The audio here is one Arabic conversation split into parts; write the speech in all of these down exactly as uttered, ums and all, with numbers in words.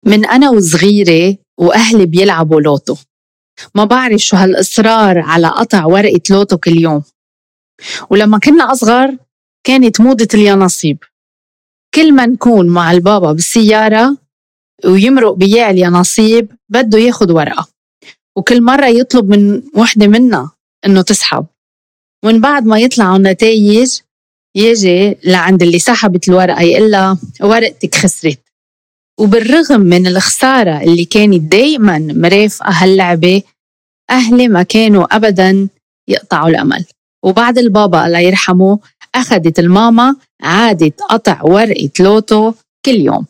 من أنا وصغيرة وأهلي بيلعبوا لوتو، ما بعرف شو هالإصرار على قطع ورقة لوتو كل يوم. ولما كنا أصغر كانت موضة اليانصيب، كل ما نكون مع البابا بالسيارة ويمرق بياع اليانصيب بده ياخد ورقة، وكل مرة يطلب من وحدة منا إنه تسحب، ومن بعد ما يطلعوا النتائج يجي لعند اللي سحبت الورقة يقلها ورقتك خسرت. وبالرغم من الخسارة اللي كانت دايما مرافقة هاللعبة، أهلي ما كانوا أبدا يقطعوا الأمل. وبعد البابا الله يرحمه أخذت الماما عادة قطع ورقة لوتو كل يوم.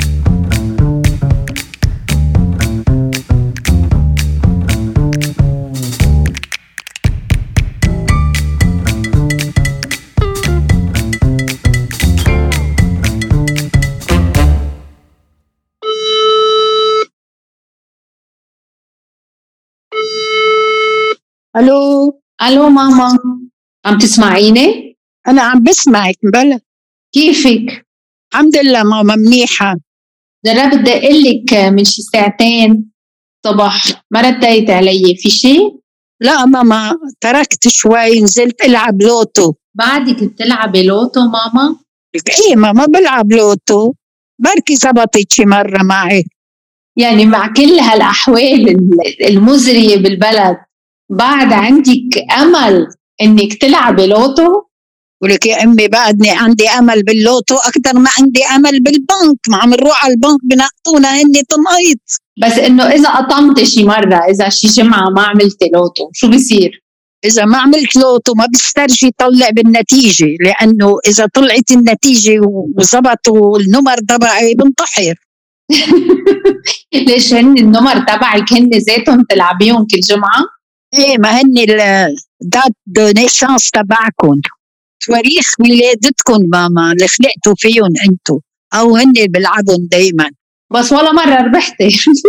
الو الو ماما، عم تسمعيني؟ انا عم بسمعك بلا. كيفك؟ الحمد لله ماما منيحه. جربت بدي اقلك من شي ساعتين صباح ما رديت علي، في شي؟ لا ماما تركت شوي، نزلت العب لوتو. بعدك بتلعبي لوتو ماما؟ ايه ماما بلعب لوتو، بركي زبطت شي مره معي. يعني مع كل هالاحوال المزريه بالبلد بعد عندك امل انك تلعبي لوتو؟ ولك يا امي بعدني عندي امل باللوتو اكثر ما عندي امل بالبنك. ما عم نروح على البنك بنقطونا هني تنقيط. بس انه اذا قطمت شي مره، اذا شي جمعه ما عملتي لوتو شو بيصير؟ اذا ما عملت لوتو ما بيسترجي يطلع بالنتيجه، لانه اذا طلعت النتيجه وزبطوا النمر تبعي بنطحر. ليش هن النمر تبعك هن ذاتهم تلعبيهم كل جمعه؟ ايه ما هن الدات دو نيسانس تبعكم، تواريخ ولادتكم ماما اللي خلقتوا فيهم انتو، او هن اللي بيلعبون دايما. بس ولا مره ربحتي.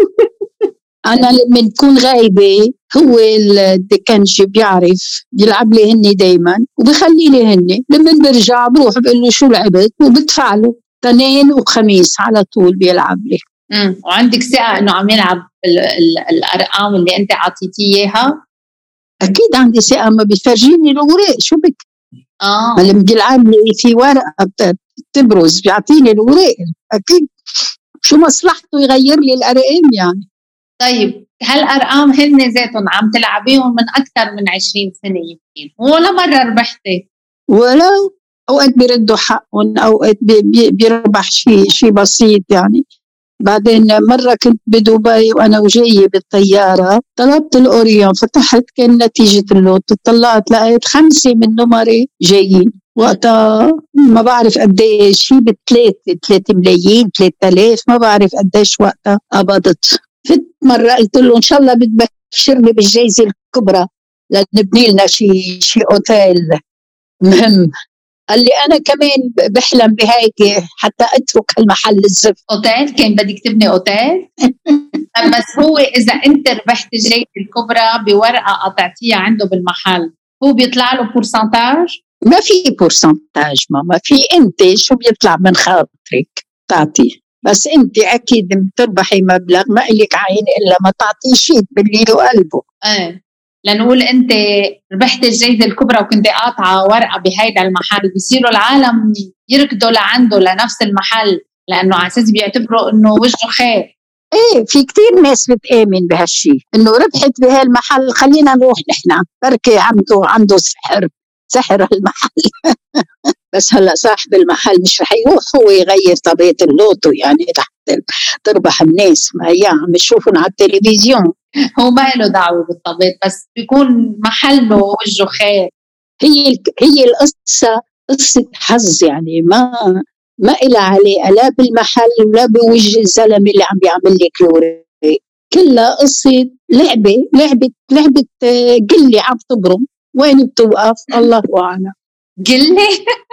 انا لما نكون غايبه هو الدكنجي بيعرف بيلعب لي هني دايما وبخلي لي هني، لما برجع بروح بقول له شو لعبت وبدفع له. اثنين وخميس على طول بيلعب لي. امم وعندك ثقه انه عم يلعب ال ال الارقام اللي انت عطيتيه اياها؟ اكيد عندي ثقه، ما بيفرجيني الوراق شو بك. اه لما بيلعب لي في ورقه بتبرز بيعطيني الوراق، اكيد شو مصلحته يغير لي الارقام يعني. طيب هالارقام هن ذاتهم عم تلعبيهم من اكثر من عشرين سنه يمكن، ولا مره ربحتي؟ ولا اوقات بيردوا حقهم، اوقات بي بي بيربح شيء شيء بسيط يعني. بعدين مرة كنت بدبي وأنا وجاية بالطيارة طلبت الأوريون، فتحت كان نتيجة اللوتو، طلعت لقيت خمسة من نمري جايين. وقتها ما بعرف قديش، شيء بثلاثة ثلاثة ملايين ثلاثة آلاف، ما بعرف قديش وقتها قبضت. فت مرة قلت له إن شاء الله بتبشرني بالجائزة الكبرى لنبني لنا شيء شيء أوتيل مهم. قال لي أنا كمان بحلم بهيك حتى أترك المحل الزفت. أوتيل؟ كان بدك تبني أوتيل؟ بس هو إذا أنت ربحت الجائزة الكبرى بورقة قطعتيها عنده بالمحل، هو بيطلع له بورسنتاج؟ ما في بورسنتاج ماما، في أنت شو بيطلع من خاطرك تعطيه، بس أنت أكيد بتربحي مبلغ ما إلك عين إلا ما تعطيه شيء باللي له قلبه. ايه لنقول انت ربحت الجائزة الكبرى وكنت قاطعة ورقة بهيدا المحل، بيصيروا العالم يركضوا لعنده لنفس المحل لأنه على أساس بيعتبروا إنه وجهه خير. ايه في كتير ناس بتآمن بهالشي انه ربحت بهالمحل خلينا نروح نحن، بركي عنده عنده سحر سحر المحل. بس هلا صاحب المحل مش رح يروح هو يغير طبيعة اللوتو يعني لحتى تربح الناس، ما هي عم يشوفون على التلفزيون. هو ما له دعوة بالطبيعة، بس بيكون محله وجهه خير. هي هي القصة قصة حظ يعني، ما ما إلها علاقة لا بالمحل ولا بوجه الزلمة اللي عم بيعمل لك الورق، كلها قصة لعبة لعبة لعبة قلة عم تبرم، وين بتوقف الله أعلم. قلة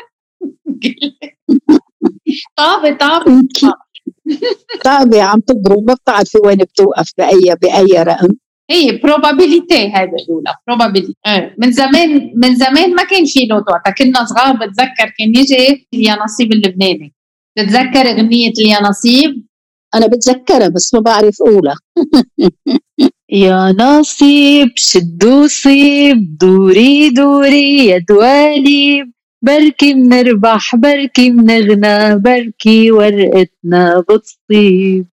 طابة طابة طابة عم تبرم، ما بتعرفي وين بتوقف بأي بأي رقم. هي probability، هذا الأولى probability. اه من زمان من زمان ما كان في لوتو، وقتا كنا صغار بتذكر كان يجي اليانصيب اللبناني، تتذكر أغنية اليانصيب أنا بتذكرها بس ما بعرف أقولها. يا نصيب شدو صيب دوري دوري يا دواليب، بركي منربح بركي منغنى بركي ورقتنا بتصيب.